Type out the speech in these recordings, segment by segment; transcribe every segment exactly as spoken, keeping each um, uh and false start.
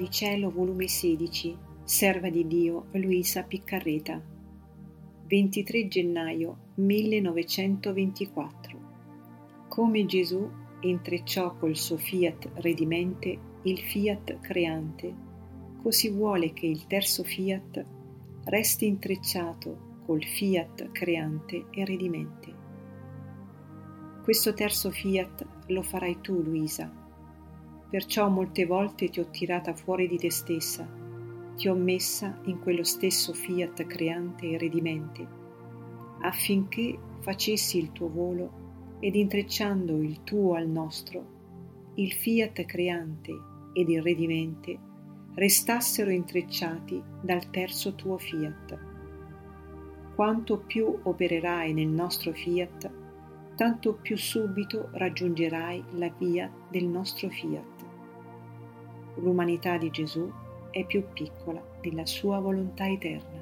di cielo, volume sedici, Serva di Dio Luisa Piccarreta, ventitré gennaio millenovecentoventiquattro. Come Gesù intrecciò col suo fiat redimente il fiat creante, così vuole che il terzo fiat resti intrecciato col fiat creante e redimente. Questo terzo fiat lo farai tu, Luisa. Perciò molte volte ti ho tirata fuori di te stessa, ti ho messa in quello stesso fiat creante e redimente, affinché facessi il tuo volo ed intrecciando il tuo al nostro, il fiat creante ed il redimente restassero intrecciati dal terzo tuo fiat. Quanto più opererai nel nostro fiat, tanto più subito raggiungerai la via del nostro fiat. L'umanità di Gesù è più piccola della sua volontà eterna.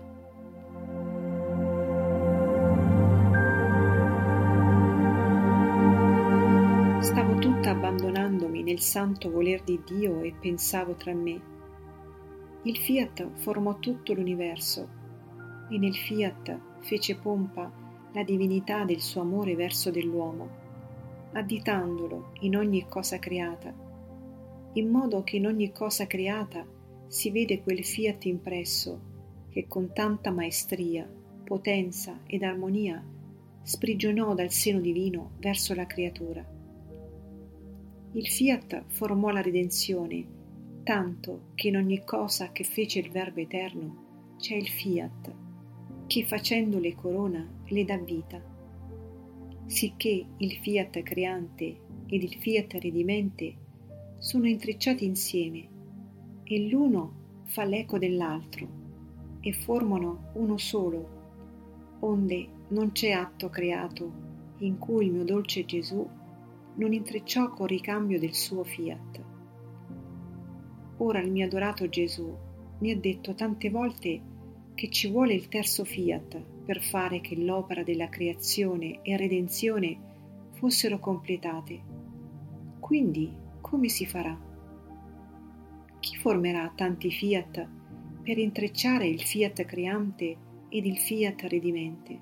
Stavo tutta abbandonandomi nel santo voler di Dio e pensavo tra me: il fiat formò tutto l'universo e nel fiat fece pompa la divinità del suo amore verso dell'uomo, additandolo in ogni cosa creata, in modo che in ogni cosa creata si vede quel fiat impresso che con tanta maestria, potenza ed armonia sprigionò dal seno divino verso la creatura. Il fiat formò la redenzione, tanto che in ogni cosa che fece il Verbo eterno c'è il fiat, che facendole corona le dà vita, sicché il fiat creante ed il fiat redimente sono intrecciati insieme e l'uno fa l'eco dell'altro e formano uno solo, onde non c'è atto creato in cui il mio dolce Gesù non intrecciò col ricambio del suo fiat. Ora il mio adorato Gesù mi ha detto tante volte che ci vuole il terzo fiat per fare che l'opera della creazione e redenzione fossero completate. Quindi come si farà? Chi formerà tanti fiat per intrecciare il fiat creante ed il fiat redimente?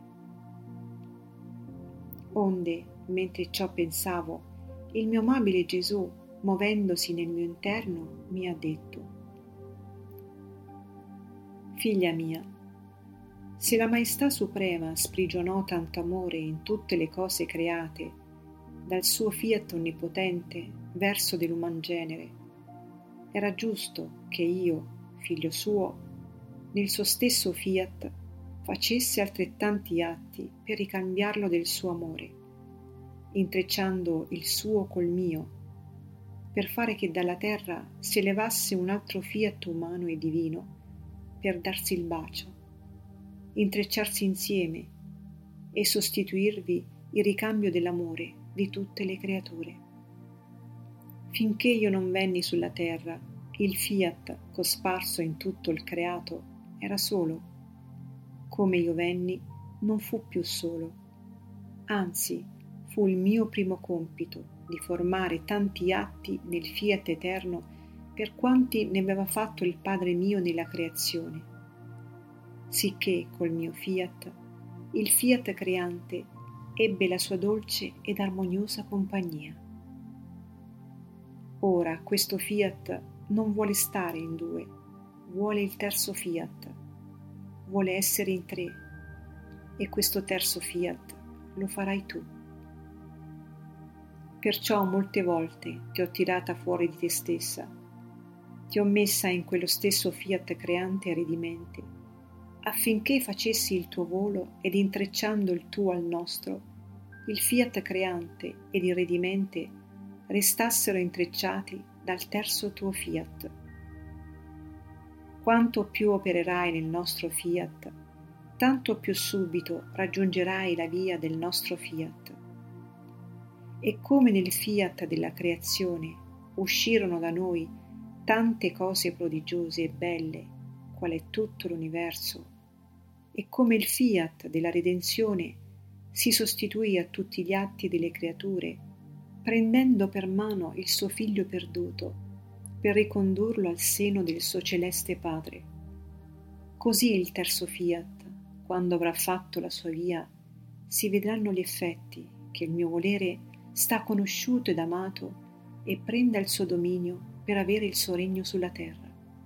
Onde, mentre ciò pensavo, il mio amabile Gesù, muovendosi nel mio interno, mi ha detto: Figlia mia, se la Maestà Suprema sprigionò tanto amore in tutte le cose create dal suo fiat onnipotente verso dell'uman genere, era giusto che io, figlio suo, nel suo stesso fiat facessi altrettanti atti per ricambiarlo del suo amore, intrecciando il suo col mio, per fare che dalla terra si elevasse un altro fiat umano e divino per darsi il bacio, intrecciarsi insieme e sostituirvi il ricambio dell'amore di tutte le creature. Finché io non venni sulla terra, il fiat cosparso in tutto il creato era solo. Come io venni, non fu più solo, anzi fu il mio primo compito di formare tanti atti nel fiat eterno per quanti ne aveva fatto il Padre mio nella creazione, sicché col mio fiat il fiat creante ebbe la sua dolce ed armoniosa compagnia. Ora questo fiat non vuole stare in due, vuole il terzo fiat, vuole essere in tre, e questo terzo fiat lo farai tu. Perciò molte volte ti ho tirata fuori di te stessa, ti ho messa in quello stesso fiat creante e redimente, affinché facessi il tuo volo ed intrecciando il tuo al nostro, il fiat creante ed il redimente restassero intrecciati dal terzo tuo fiat. Quanto più opererai nel nostro fiat, tanto più subito raggiungerai la via del nostro fiat. E come nel fiat della creazione uscirono da noi tante cose prodigiose e belle, qual è tutto l'universo, e come il fiat della redenzione si sostituì a tutti gli atti delle creature, prendendo per mano il suo figlio perduto, per ricondurlo al seno del suo celeste Padre. Così il terzo fiat, quando avrà fatto la sua via, si vedranno gli effetti che il mio volere sta conosciuto ed amato e prenda il suo dominio per avere il suo regno sulla terra.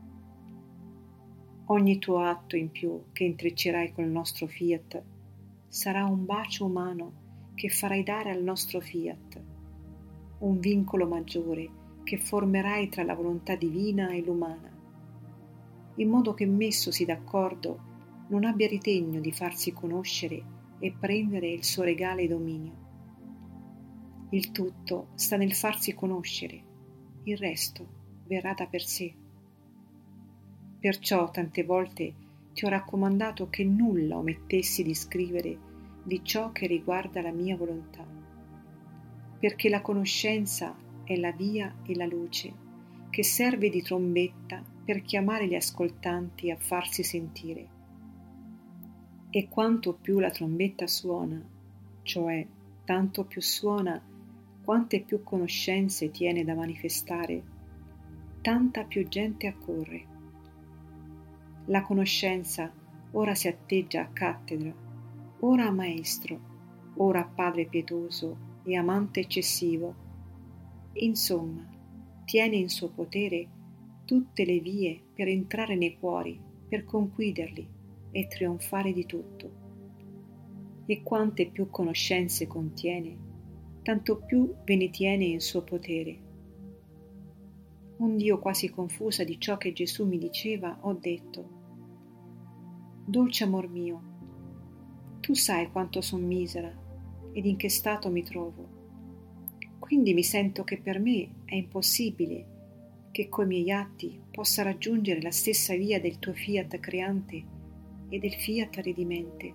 Ogni tuo atto in più che intreccerai col nostro fiat sarà un bacio umano che farai dare al nostro fiat, un vincolo maggiore che formerai tra la volontà divina e l'umana, in modo che messosi d'accordo non abbia ritegno di farsi conoscere e prendere il suo regale dominio. Il tutto sta nel farsi conoscere, il resto verrà da per sé. Perciò tante volte ti ho raccomandato che nulla omettessi di scrivere di ciò che riguarda la mia volontà, perché la conoscenza è la via e la luce che serve di trombetta per chiamare gli ascoltanti a farsi sentire. E quanto più la trombetta suona, cioè tanto più suona quante più conoscenze tiene da manifestare, tanta più gente accorre. La conoscenza ora si atteggia a cattedra, ora a maestro, ora a padre pietoso e amante eccessivo. Insomma, tiene in suo potere tutte le vie per entrare nei cuori, per conquiderli e trionfare di tutto. E quante più conoscenze contiene, tanto più ve ne tiene in suo potere. Ond'io, quasi confusa di ciò che Gesù mi diceva, ho detto: dolce amor mio, tu sai quanto son misera ed in che stato mi trovo. Quindi mi sento che per me è impossibile che coi miei atti possa raggiungere la stessa via del tuo fiat creante e del fiat redimente.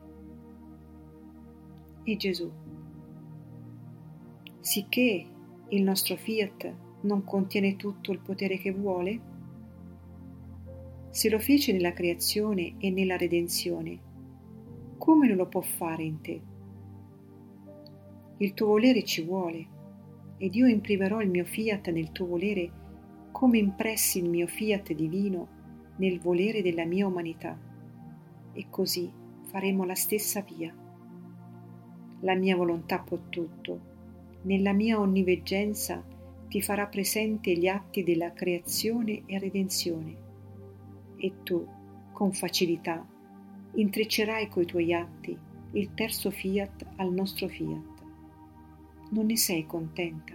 E Gesù: sicché il nostro fiat non contiene tutto il potere che vuole? Se lo fece nella creazione e nella redenzione, come non lo può fare in te? Il tuo volere ci vuole, ed io imprimerò il mio fiat nel tuo volere come impressi il mio fiat divino nel volere della mia umanità, e così faremo la stessa via. La mia volontà può tutto, nella mia onniveggenza ti farà presente gli atti della creazione e redenzione, e tu, con facilità, intreccerai coi tuoi atti il terzo fiat al nostro fiat. Non ne sei contenta?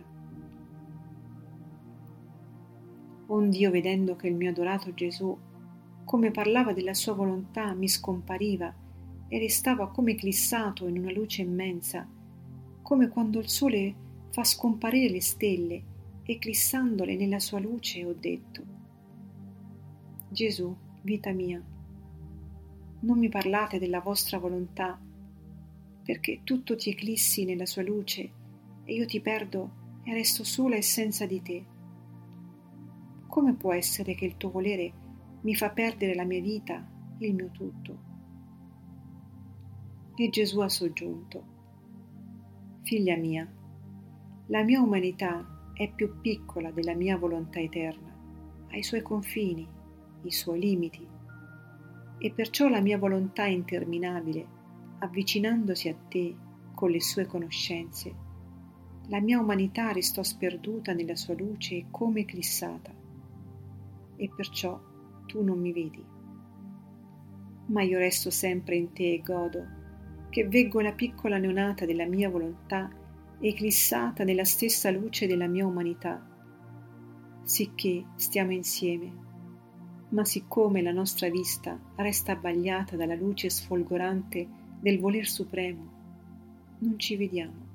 Ond'io, vedendo che il mio adorato Gesù, come parlava della sua volontà, mi scompariva e restava come eclissato in una luce immensa, come quando il sole fa scomparire le stelle, eclissandole nella sua luce, ho detto: Gesù, vita mia, non mi parlate della vostra volontà, perché tutto ti eclissi nella sua luce e io ti perdo e resto sola e senza di te. Come può essere che il tuo volere mi fa perdere la mia vita, il mio tutto? E Gesù ha soggiunto: figlia mia, la mia umanità è più piccola della mia volontà eterna, ha i suoi confini, i suoi limiti, e perciò la mia volontà interminabile, avvicinandosi a te con le sue conoscenze, la mia umanità restò sperduta nella sua luce come eclissata, e perciò tu non mi vedi. Ma io resto sempre in te e godo, che veggo la piccola neonata della mia volontà eclissata nella stessa luce della mia umanità, sicché stiamo insieme, ma siccome la nostra vista resta abbagliata dalla luce sfolgorante del voler supremo, non ci vediamo.